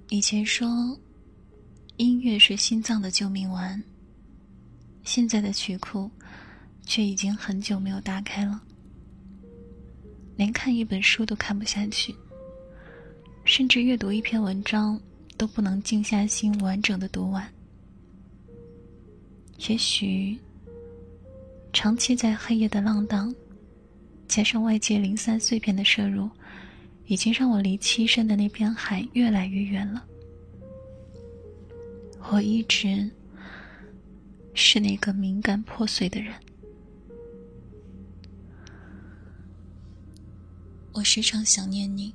以前说音乐是心脏的救命丸，现在的曲库却已经很久没有打开了，连看一本书都看不下去，甚至阅读一篇文章都不能静下心完整的读完。也许长期在黑夜的浪荡，加上外界零散碎片的摄入，已经让我离栖身的那片海越来越远了。我一直是那个敏感破碎的人。我时常想念你。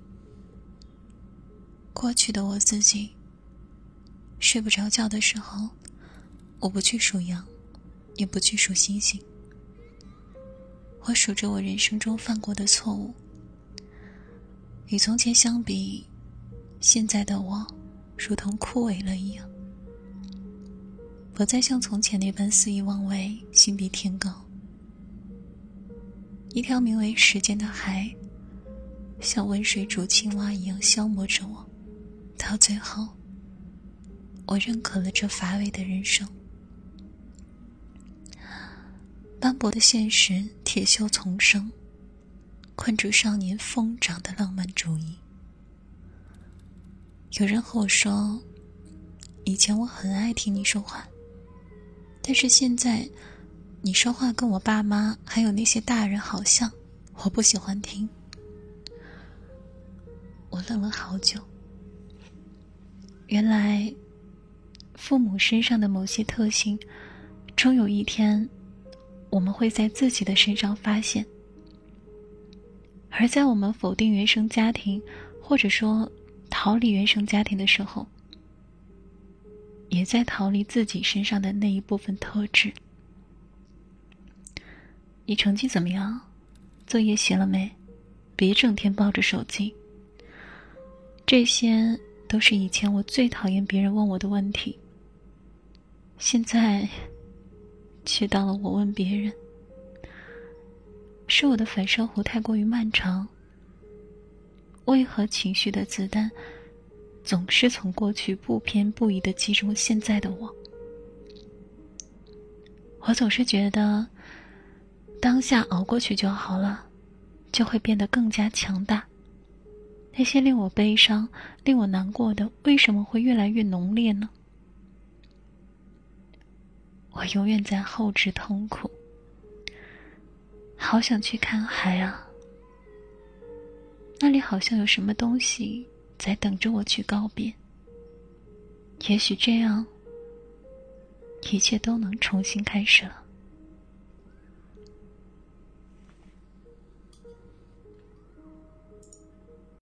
过去的我自己，睡不着觉的时候，我不去数羊，也不去数星星。我数着我人生中犯过的错误。与从前相比，现在的我如同枯萎了一样，不再像从前那般肆意妄为，心比天高。一条名为时间的海，像温水煮青蛙一样消磨着我，到最后，我认可了这乏味的人生。斑驳的现实铁锈丛生，困住少年疯长的浪漫主义。有人和我说，以前我很爱听你说话，但是现在你说话跟我爸妈还有那些大人好像，我不喜欢听。我愣了好久，原来父母身上的某些特性，终有一天我们会在自己的身上发现。而在我们否定原生家庭，或者说逃离原生家庭的时候，也在逃离自己身上的那一部分特质。你成绩怎么样？作业写了没？别整天抱着手机。这些都是以前我最讨厌别人问我的问题，现在却到了我问别人。是我的反射弧太过于漫长？为何情绪的子弹总是从过去不偏不倚地击中现在的我？我总是觉得当下熬过去就好了，就会变得更加强大。那些令我悲伤、令我难过的，为什么会越来越浓烈呢？我永远在后置痛苦。好想去看海啊，那里好像有什么东西在等着我去告别。也许这样，一切都能重新开始了。